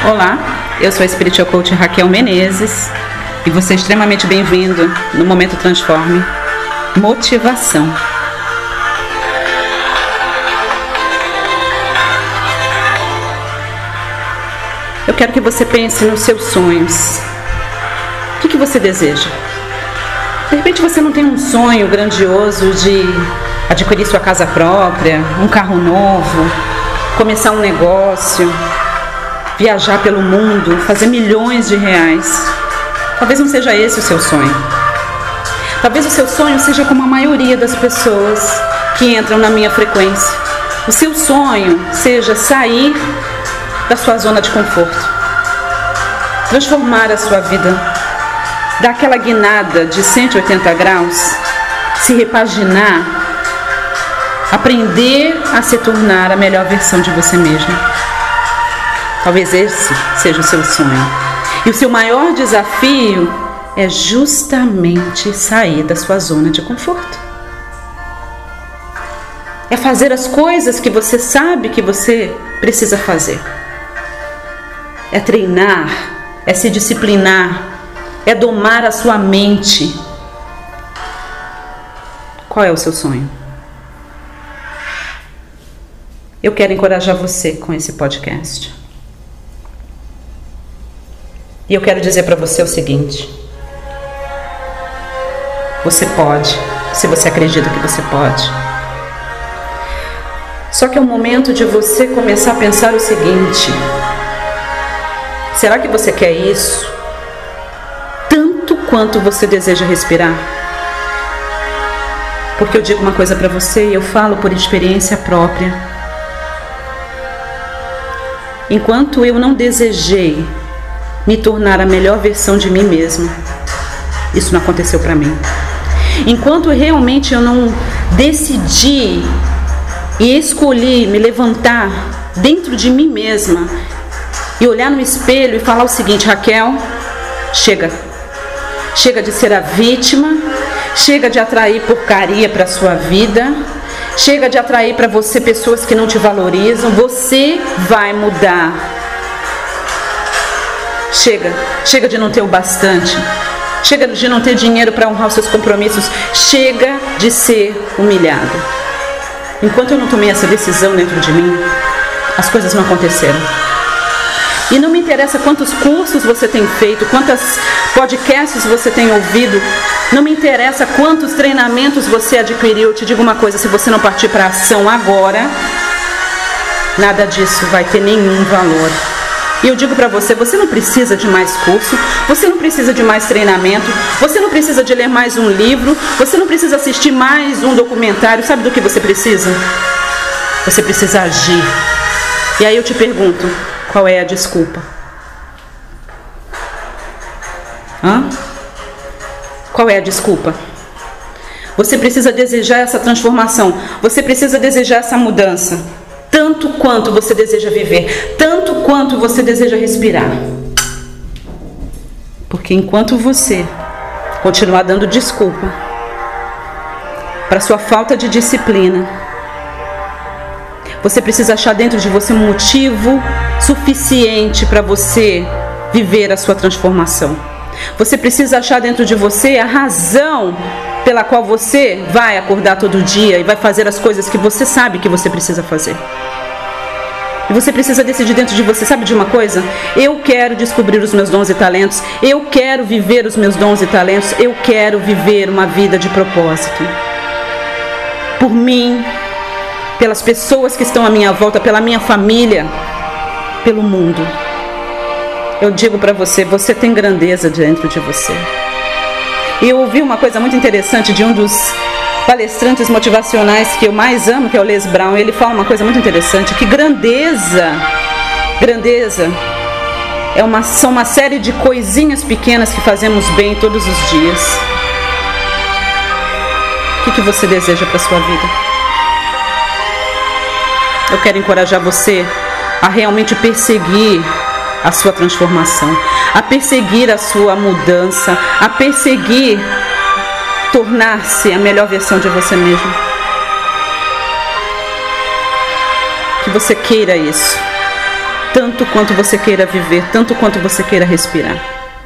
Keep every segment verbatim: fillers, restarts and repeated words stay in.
Olá, eu sou a Spiritual Coach Raquel Menezes e você é extremamente bem-vindo no Momento Transforme Motivação. Eu quero que você pense nos seus sonhos. O que, que você deseja? De repente você não tem um sonho grandioso de adquirir sua casa própria, um carro novo, começar um negócio, viajar pelo mundo, fazer milhões de reais. Talvez não seja esse o seu sonho. Talvez o seu sonho seja como a maioria das pessoas que entram na minha frequência. O seu sonho seja sair da sua zona de conforto, transformar a sua vida, dar aquela guinada de cento e oitenta graus, se repaginar, aprender a se tornar a melhor versão de você mesmo. Talvez esse seja o seu sonho. E o seu maior desafio é justamente sair da sua zona de conforto. É fazer as coisas que você sabe que você precisa fazer. É treinar, é se disciplinar, é domar a sua mente. Qual é o seu sonho? Eu quero encorajar você com esse podcast. E eu quero dizer para você o seguinte: você pode, se você acredita que você pode. Só que é o momento de você começar a pensar o seguinte: será que você quer isso tanto quanto você deseja respirar? Porque eu digo uma coisa para você e eu falo por experiência própria. Enquanto eu não desejei me tornar a melhor versão de mim mesma, isso não aconteceu para mim. Enquanto realmente eu não decidi e escolhi me levantar dentro de mim mesma e olhar no espelho e falar o seguinte: Raquel, chega. Chega de ser a vítima, chega de atrair porcaria para a sua vida, chega de atrair para você pessoas que não te valorizam. Você vai mudar. Chega, chega de não ter o bastante. Chega de não ter dinheiro para honrar os seus compromissos. Chega de ser humilhado. Enquanto eu não tomei essa decisão dentro de mim, as coisas não aconteceram. E não me interessa quantos cursos você tem feito, quantos podcasts você tem ouvido, não me interessa quantos treinamentos você adquiriu. Eu te digo uma coisa: se você não partir para a ação agora, nada disso vai ter nenhum valor. E eu digo para você, você não precisa de mais curso, você não precisa de mais treinamento, você não precisa de ler mais um livro, você não precisa assistir mais um documentário. Sabe do que você precisa? Você precisa agir. E aí eu te pergunto, qual é a desculpa? Hã? Qual é a desculpa? Você precisa desejar essa transformação, você precisa desejar essa mudança, tanto quanto você deseja viver, tanto quanto você deseja respirar. Porque enquanto você continuar dando desculpa para sua falta de disciplina, você precisa achar dentro de você um motivo suficiente para você viver a sua transformação. Você precisa achar dentro de você a razão pela qual você vai acordar todo dia e vai fazer as coisas que você sabe que você precisa fazer. E você precisa decidir dentro de você, sabe de uma coisa? Eu quero descobrir os meus dons e talentos, eu quero viver os meus dons e talentos, eu quero viver uma vida de propósito. Por mim, pelas pessoas que estão à minha volta, pela minha família, pelo mundo. Eu digo para você, você tem grandeza dentro de você. E eu ouvi uma coisa muito interessante de um dos palestrantes motivacionais que eu mais amo, que é o Les Brown. Ele fala uma coisa muito interessante, que grandeza, grandeza é uma, são uma série de coisinhas pequenas que fazemos bem todos os dias. O que, que você deseja para a sua vida? Eu quero encorajar você a realmente perseguir a sua transformação, a perseguir a sua mudança, a perseguir tornar-se a melhor versão de você mesmo. Que você queira isso. tanto quanto você queira viver, tanto quanto você queira respirar.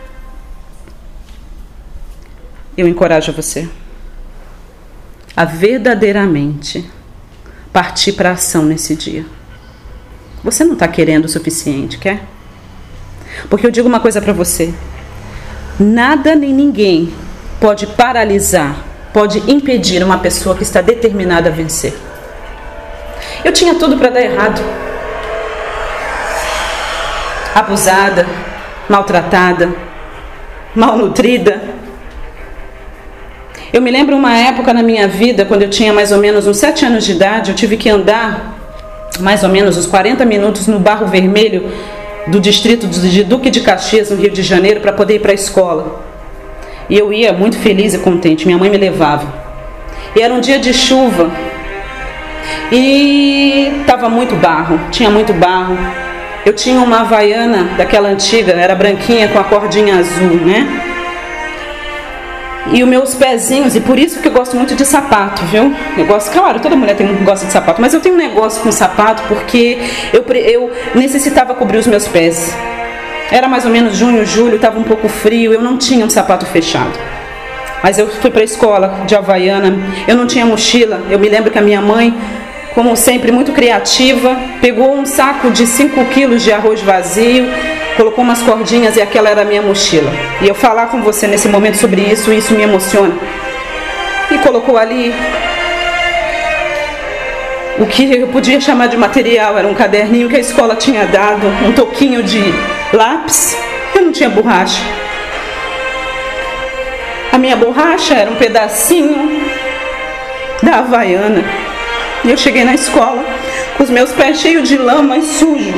Eu encorajo você a verdadeiramente partir para a ação nesse dia. Você não está querendo o suficiente, quer? Porque eu digo uma coisa para você: nada nem ninguém pode paralisar, pode impedir uma pessoa que está determinada a vencer. Eu tinha tudo para dar errado. Abusada, maltratada, malnutrida. Eu me lembro uma época na minha vida, quando eu tinha mais ou menos uns sete anos de idade, eu tive que andar mais ou menos uns quarenta minutos no Barro Vermelho do distrito de Duque de Caxias, no Rio de Janeiro, para poder ir para a escola. E eu ia muito feliz e contente, minha mãe me levava. E era um dia de chuva e estava muito barro, tinha muito barro. Eu tinha uma havaiana daquela antiga, era branquinha com a cordinha azul, né? E os meus pezinhos, e por isso que eu gosto muito de sapato, viu? Eu gosto, claro, toda mulher tem, gosta de sapato, mas eu tenho um negócio com sapato porque eu, eu necessitava cobrir os meus pés. Era mais ou menos junho, julho, estava um pouco frio, eu não tinha um sapato fechado. Mas eu fui para a escola de havaiana, eu não tinha mochila. Eu me lembro que a minha mãe, como sempre, muito criativa, pegou um saco de cinco quilos de arroz vazio, colocou umas cordinhas e aquela era a minha mochila. E eu falar com você nesse momento sobre isso, isso me emociona. E colocou ali o que eu podia chamar de material, era um caderninho que a escola tinha dado, um toquinho de lápis. Eu não tinha borracha. A minha borracha era um pedacinho da havaiana. E eu cheguei na escola com os meus pés cheios de lama e sujo.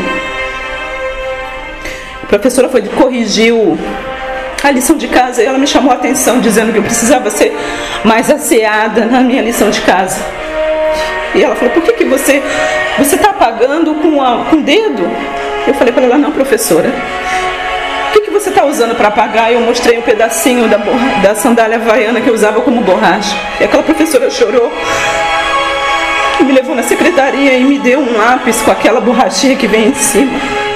A professora foi corrigir a lição de casa e ela me chamou a atenção dizendo que eu precisava ser mais asseada na minha lição de casa. E ela falou: por que, que você você está apagando com, a, com o dedo? Eu falei para ela: não, professora, o que, que você está usando para apagar? E eu mostrei um pedacinho da, da sandália havaiana que eu usava como borracha. E aquela professora chorou, me levou na secretaria e me deu um lápis com aquela borrachinha que vem em cima.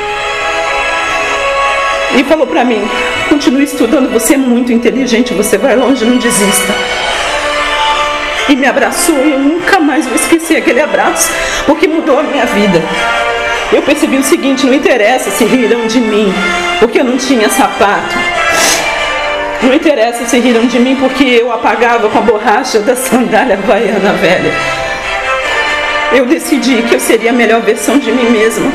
E falou para mim: continue estudando, você é muito inteligente, você vai longe, não desista. E me abraçou e eu nunca mais vou esquecer aquele abraço, porque mudou a minha vida. Eu percebi o seguinte: não interessa se riram de mim porque eu não tinha sapato. Não interessa se riram de mim porque eu apagava com a borracha da sandália havaiana velha. Eu decidi que eu seria a melhor versão de mim mesma.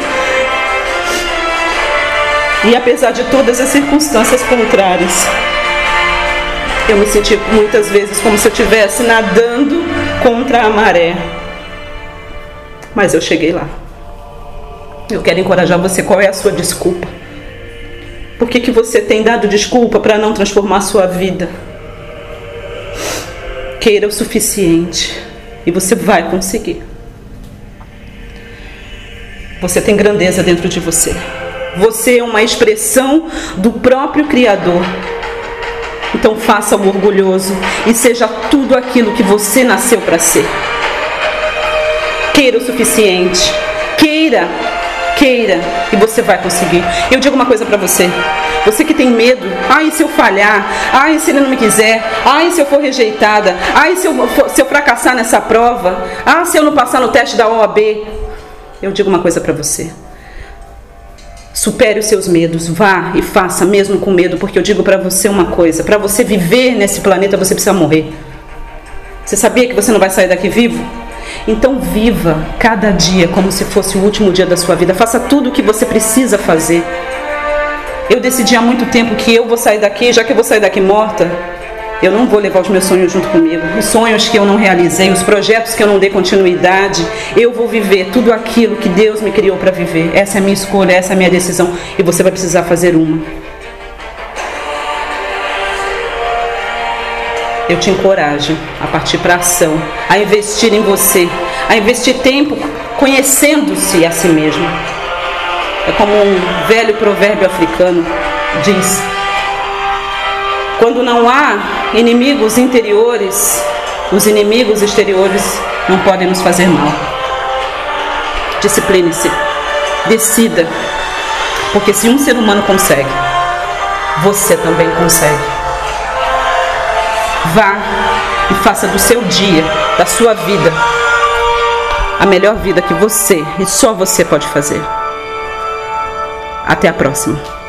E apesar de todas as circunstâncias contrárias, eu me senti muitas vezes como se eu estivesse nadando contra a maré. Mas eu cheguei lá. Eu quero encorajar você. Qual é a sua desculpa? Por que que você tem dado desculpa para não transformar a sua vida? Queira o suficiente e você vai conseguir. Você tem grandeza dentro de você. Você é uma expressão do próprio Criador. Então faça o orgulhoso e seja tudo aquilo que você nasceu para ser. Queira o suficiente. Queira, queira e você vai conseguir. Eu digo uma coisa para você. Você que tem medo: ai, se eu falhar, ai, se ele não me quiser, ai, se eu for rejeitada, ai, se eu, se eu fracassar nessa prova, ah, se eu não passar no teste da O A B. Eu digo uma coisa para você: supere os seus medos, vá e faça mesmo com medo, porque eu digo para você uma coisa: para você viver nesse planeta você precisa morrer. Você sabia que você não vai sair daqui vivo? Então viva cada dia como se fosse o último dia da sua vida. Faça tudo o que você precisa fazer. Eu decidi há muito tempo que eu vou sair daqui, já que eu vou sair daqui morta, eu não vou levar os meus sonhos junto comigo. Os sonhos que eu não realizei, os projetos que eu não dei continuidade, eu vou viver tudo aquilo que Deus me criou para viver. Essa é a minha escolha, essa é a minha decisão. E você vai precisar fazer uma. Eu te encorajo a partir para a ação, a investir em você, a investir tempo conhecendo-se a si mesmo. É como um velho provérbio africano diz: quando não há inimigos interiores, os inimigos exteriores não podem nos fazer mal. Discipline-se, decida, Porque se um ser humano consegue, você também consegue. Vá e faça do seu dia, da sua vida, a melhor vida que você e só você pode fazer. Até a próxima.